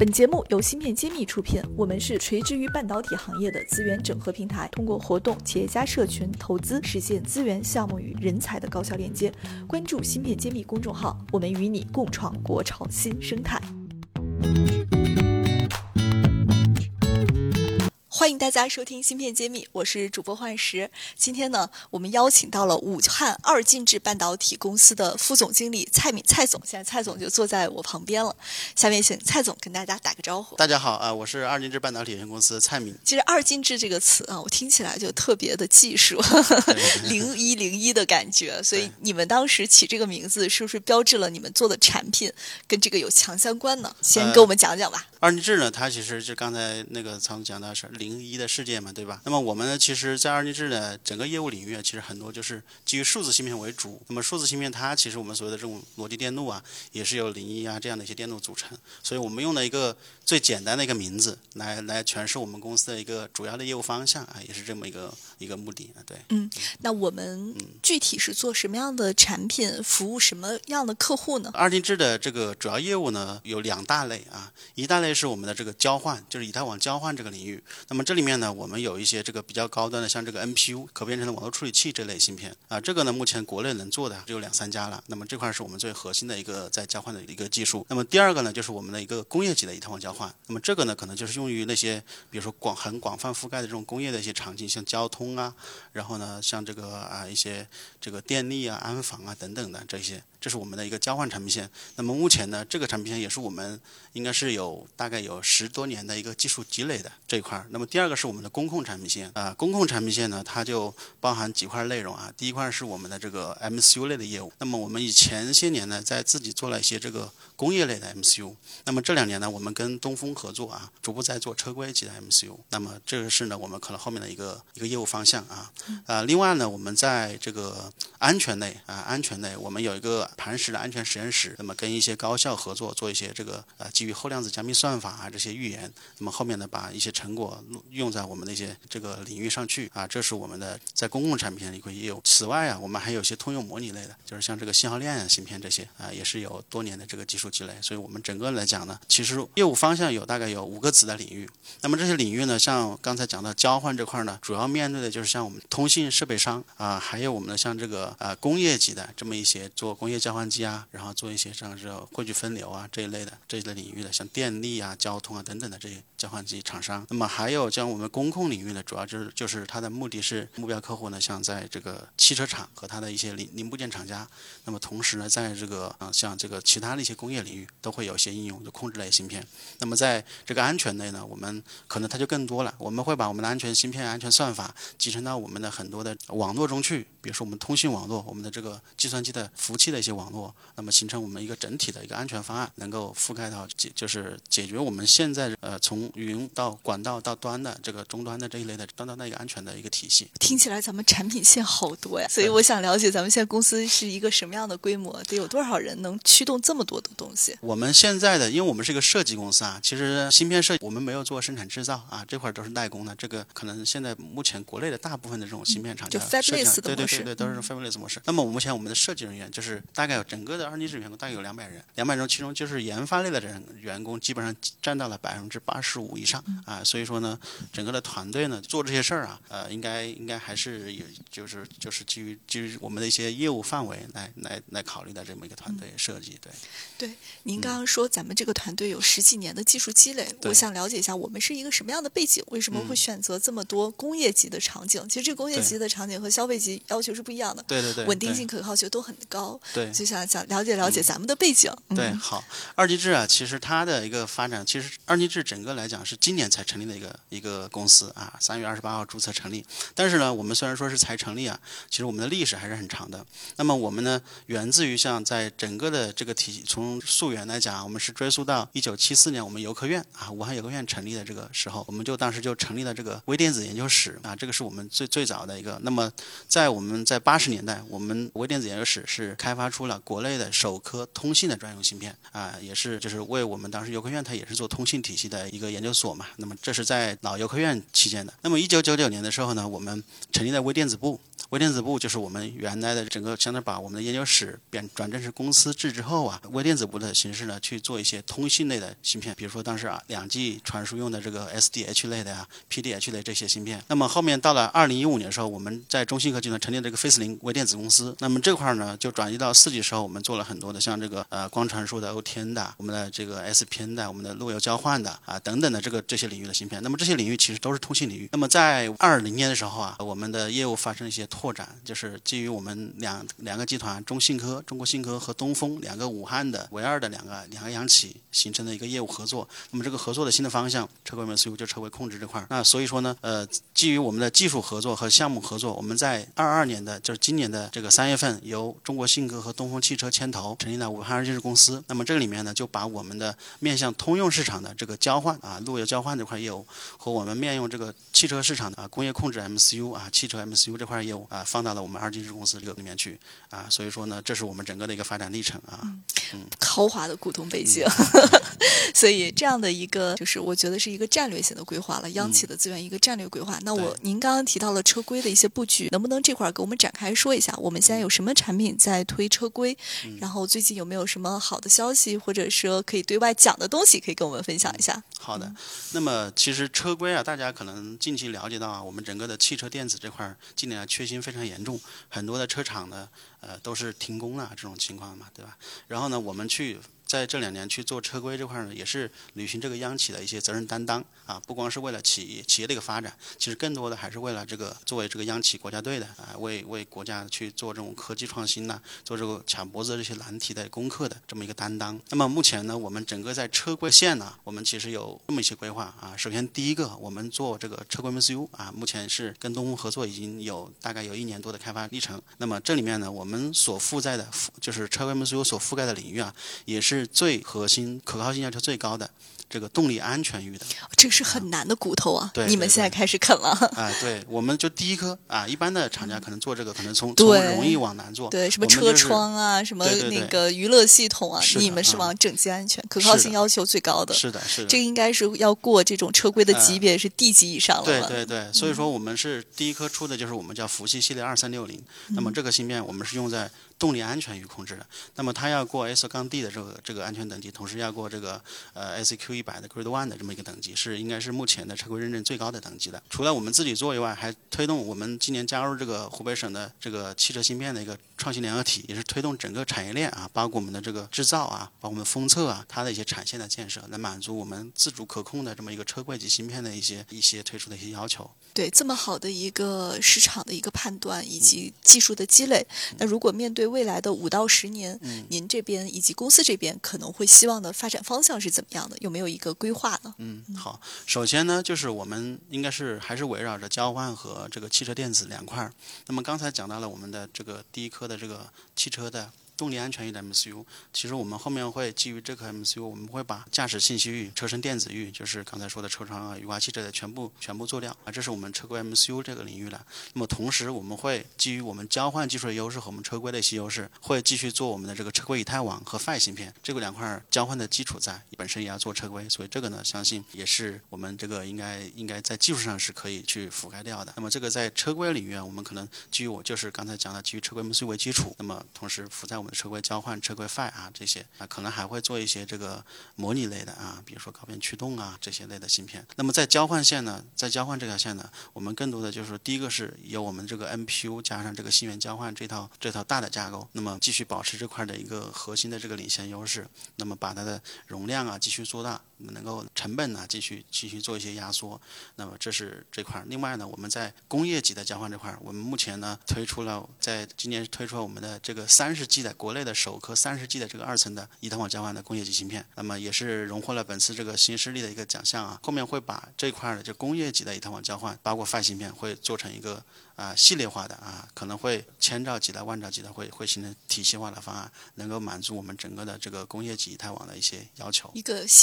本节目由芯片揭秘出品，我们是垂直于半导体行业的资源整合平台，通过活动、企业家社群、投资，实现资源、项目与人才的高效链接。关注芯片揭秘公众号，我们与你共创国潮新生态。欢迎大家收听芯片揭秘，我是主播幻石。今天呢，我们邀请到了武汉二进制半导体公司的副总经理蔡敏蔡总，现在蔡总就坐在我旁边了。下面请蔡总跟大家打个招呼。 大家好啊，我是二进制半导体有限公司蔡敏。 其实二进制这个词啊，我听起来就特别的技术，0101的感觉。所以你们当时起这个名字，是不是标志了你们做的产品跟这个有强相关呢？先跟我们讲讲吧。 二进制呢，它其实就刚才那个曹总讲到是01的世界嘛，对吧？那么我们呢，其实在二进制的整个业务领域，其实很多就是基于数字芯片为主。那么数字芯片它其实我们所谓的这种逻辑电路啊，也是由01啊这样的一些电路组成。所以我们用了一个最简单的一个名字来诠释我们公司的一个主要的业务方向啊，也是这么一个目的啊。对， 那我们具体是做什么样的产品，服务什么样的客户呢？ 二进制的这个主要业务呢有两大类啊，一大类是我们的这个交换，就是以太网交换这个领域。那么这里面呢，我们有一些这个比较高端的，像这个 NPU 可编程的网络处理器这类芯片啊，这个呢目前国内能做的只有2-3家了。那么这块是我们最核心的一个在交换的一个技术。那么第二个呢，就是我们的一个工业级的以太网交换。那么这个呢，可能就是用于那些比如说很广泛覆盖的这种工业的一些场景，像交通啊，然后呢像这个一些这个电力啊、安防啊等等的这些。这是我们的一个交换产品线。那么目前呢，这个产品线也是我们应该是大概有10多年的一个技术积累的这一块。那么第二个是我们的公控产品线啊，公控产品线呢，它就包含几块内容啊。第一块是我们的这个 MCU 类的业务。那么我们以前些年呢，在自己做了一些这个工业类的 MCU。那么这2年呢，我们跟东风合作啊，逐步在做车规级的 MCU。那么这个是呢，我们可能后面的一个业务方向啊。另外呢，我们在这个安全类，我们有一个磐石的安全实验室，那么跟一些高校合作，做一些这个基于后量子加密算法啊这些预言，那么后面呢把一些成果用在我们的一些这个领域上去啊，这是我们的在公共产品的一个业务。此外啊，我们还有一些通用模拟类的，就是像这个信号链芯片这些啊，也是有多年的这个技术积累。所以我们整个来讲呢，其实业务方向大概有5个子的领域。那么这些领域呢，像刚才讲到交换这块呢，主要面对的就是像我们通信设备商啊，还有我们的像这个工业级的这么一些做工业交换机啊，然后做一些像是汇聚分流啊这一类领域的，像电力啊、交通啊等等的这些交换机厂商。那么还有像我们工控领域呢，主要就是它的目的是目标客户呢，像在这个汽车厂和它的一些零部件厂家。那么同时呢，在这个像这个其他的一些工业领域都会有一些应用，就控制类芯片。那么在这个安全类呢，我们可能它就更多了，我们会把我们的安全芯片、安全算法集成到我们的很多的网络中去，比如说我们通信网络、我们的这个计算机的服务器的一些网络，那么形成我们一个整体的一个安全方案，能够覆盖到就是解决我们现在从云到管道到端的这个终端的这一类的端到那个安全的一个体系。 听起来咱们产品线好多呀，所以我想了解咱们现在公司是一个什么样的规模，得有多少人能驱动这么多的东西？ 我们现在的，因为我们是一个设计公司啊，其实芯片设计我们没有做生产制造啊，这块都是代工的。这个可能现在目前国内的大部分的这种芯片厂家， 就 fabless 的模式， 对，都是 fabless 模式。那么目前我们的设计人员就是大概有整个的二进制员工大概有200人，200人中其中就是研发类的员工基本上占到了85%以上啊。所以说呢，整个的团队呢做这些事儿啊，应该还是有就是基于我们的一些业务范围来考虑的这么一个团队设计。 对，您刚刚说咱们这个团队有10几年的技术积累，我想了解一下我们是一个什么样的背景，为什么会选择这么多工业级的场景？其实这个工业级的场景和消费级要求是不一样的， 对， 稳定性、可靠性都很高。 对， 就想了解咱们的背景。 对，好，二进制啊，其实它的一个发展，其实二进制整个来讲是今年才成立的一个公司啊，3月28号注册成立。但是呢，我们虽然说是才成立啊，其实我们的历史还是很长的。那么我们呢，源自于像在整个的这个体系，从溯源来讲，我们是追溯到1974年我们邮科院啊，武汉邮科院成立的这个时候，我们当时就成立了这个微电子研究室啊，这个是我们最早的一个。那么我们在80年代，我们微电子研究室是开发出了国内的首颗通信的专用芯片啊，也是就是为我们当时邮科院它也是做通信体系的一个研究所嘛。那么这是在老邮科院期间的。那么1999年的时候呢，我们成立了微电子部。 微电子部就是我们原来的整个相当于把我们的研究室转正是公司制之后啊，微电子部的形式呢去做一些通信类的芯片，比如说当时2G 传输用的这个 SDH 类的呀、PDH 类这些芯片。那么后面到了2015年的时候，我们在中信科技呢成立了这个飞思林微电子公司。那么这块呢就转移到4G 时候，我们做了很多的像这个光传输的 OTN 的，我们的这个 SPN 的，我们的路由交换的等等的这些领域的芯片。那么这些领域其实都是通信领域。那么在2020年的时候啊，我们的业务发生一些拓展，就是基于我们两个集团中国信科和东风两个武汉的唯二的两个央企形成的一个业务合作。那么这个合作的新的方向，车规 MCU 就车规控制这块。那所以说呢，基于我们的技术合作和项目合作，我们在22年的就是今年的这个3月份，由中国信科和东风汽车牵头成立了武汉二进制公司。那么这个里面呢，就把我们的面向通用市场的这个交换路由交换这块业务和我们面用这个汽车市场的工业控制 MCU 汽车 MCU 这块业务放到了我们二进制公司这个里面去所以说呢，这是我们整个的一个发展历程豪华的股东背景所以这样的一个就是我觉得是一个战略性的规划了，央企的资源一个战略规划。那您刚刚提到了车规的一些布局，能不能这块给我们展开说一下，我们现在有什么产品在推车规，然后最近有没有什么好的消息，或者说可以对外讲的东西可以跟我们分享一下？ 好的，那么其实车规大家可能近期了解到我们整个的汽车电子这块今年缺芯非常严重，很多的车厂呢都是停工了这种情况嘛，对吧？然后呢，我们在这2年去做车规这块呢，也是履行这个央企的一些责任担当不光是为了企业的一个发展，其实更多的还是为了作为这个央企国家队的为国家去做这种科技创新做这个卡脖子这些难题的攻克的这么一个担当。那么目前呢，我们整个在车规线呢，我们其实有这么一些规划首先第一个，我们做这个车规 MCU 目前是跟东风合作，已经大概有1年多的开发历程。那么这里面呢，我们所覆盖的就是车规 MCU 所覆盖的领域也是最核心、可靠性要求最高的这个动力安全域的， 这是很难的骨头对， 你们现在开始啃了对，我们就第一颗一般的厂家可能做这个，可能从容易往难做， 对，什么车窗什么那个娱乐系统你们是往整机安全、可靠性要求最高的， 是的， 这个应该是要过这种车规的级别是D级以上了对，所以说我们是第一颗出的就是我们叫福系系列2360，那么这个芯片我们是用在动力安全域控制的，那么它要过 ISO-D 的这个安全等级，同时要过这个ACQ100的 Grade 1的这么一个等级，应该是目前的车规认证最高的等级的。除了我们自己做以外，还推动我们今年加入这个湖北省的这个汽车芯片的一个创新联合体，也是推动整个产业链包括我们的这个制造包括我们封测它的一些产线的建设，来满足我们自主可控的这么一个车规级芯片的一些推出的一些要求。 对，这么好的一个市场的一个判断以及技术的积累，那如果面对未来的5到10年，您这边以及公司这边可能会希望的发展方向是怎么样的？有没有一个规划呢？ 好，首先呢，就是我们应该还是围绕着交换和这个汽车电子2块。那么刚才讲到了我们的这个第一颗的这个汽车的动力安全域的 MCU， 其实我们后面会基于这个 MCU， 我们会把驾驶信息域、车身电子域，就是刚才说的车窗雨刮器这类全部做掉这是我们车规 MCU 这个领域了。那么同时我们会基于我们交换技术的优势和我们车规的一些优势，会继续做我们的这个车规以太网和 PHY 芯片，这个2块交换的基础在本身也要做车规，所以这个呢，相信也是我们这个应该在技术上是可以去覆盖掉的。那么这个在车规领域我们可能基于我就是刚才讲的基于车规 MCU 为基础，那么同时附在我们的车规交换、车规 PHY 这些可能还会做一些这个模拟类的比如说高频驱动这些类的芯片。那么在交换线呢，在交换这条线呢，我们更多的就是第一个是由我们这个 NPU 加上这个芯片交换这套大的架构，那么继续保持这块的一个核心的这个领先优势，那么把它的容量继续做大，能够成本继续做一些压缩，那么这是这块。另外呢，我们在工业级的交换这块，我们目前呢在今年推出了我们的这个30G 的国内的首颗30G 的这个2层的以太网交换的工业级芯片，那么也是荣获了本次这个新势力的一个奖项后面会把这块的这工业级的以太网交换，包括 PHY 芯片会做成一个系列化的可能会千兆级的、万兆级的会形成体系化的方案，能够满足我们整个的这个工业级以太网的一些要求。 一个系统性的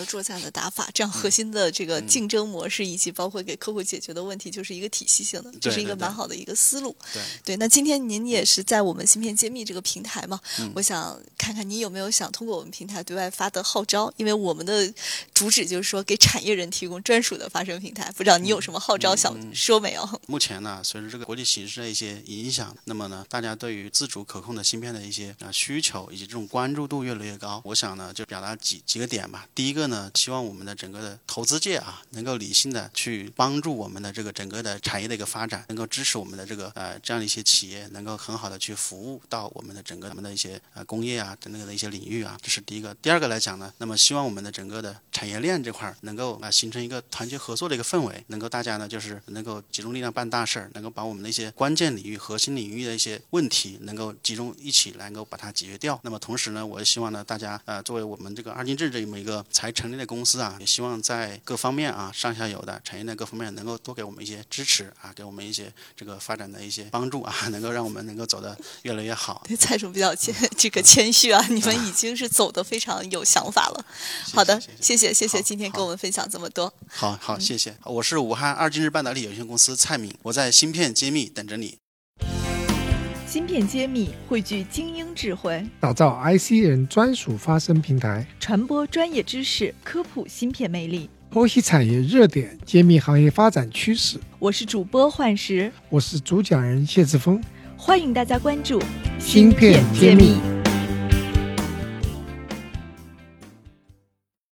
的作战的打法，这样核心的这个竞争模式以及包括给客户解决的问题就是一个体系性的，这是一个蛮好的一个思路。对，那今天您也是在我们芯片揭秘这个平台嘛，我想看看您有没有想通过我们平台对外发的号召，因为我们的主旨就是说给产业人提供专属的发声平台，不知道你有什么号召想说没有？ 目前呢，随着这个国际形势的一些影响，那么呢，大家对于自主可控的芯片的一些需求以及这种关注度越来越高。我想呢，就表达几个点吧。第一个呢，希望我们的整个的投资界能够理性的去帮助我们的这个整个的产业的一个发展，能够支持我们的这个这样的一些企业，能够很好的去服务到我们的整个我们的一些工业等等的一些领域这是第一个。第二个来讲呢，那么希望我们的整个的产业链这块能够形成一个团结合作的一个氛围，能够大家呢就是能够集中力量办大事，能够把我们的一些关键领域、核心领域的一些问题能够集中一起来，能够把它解决掉。那么同时呢，我也希望呢大家作为我们这个二进制这么一个才成立的公司也希望在各方面上下游的产业链各方面能够多给我们一些支持给我们一些这个发展的一些帮助能够让我们能够走得越来越好。 对，蔡总比较这个谦虚你们已经是走得非常有想法了。好的，谢谢今天跟我们分享这么多。 好，谢谢。我是武汉二进制半导体有限公司蔡敏，我在芯片揭秘等着你。 芯片揭秘汇聚精英智慧， 打造 IC 人专属发声平台， 传播专业知识，科普芯片魅力， 剖析产业热点，揭秘行业发展趋势。 我是主播幻石， 我是主讲人谢志峰， 欢迎大家关注芯片揭秘。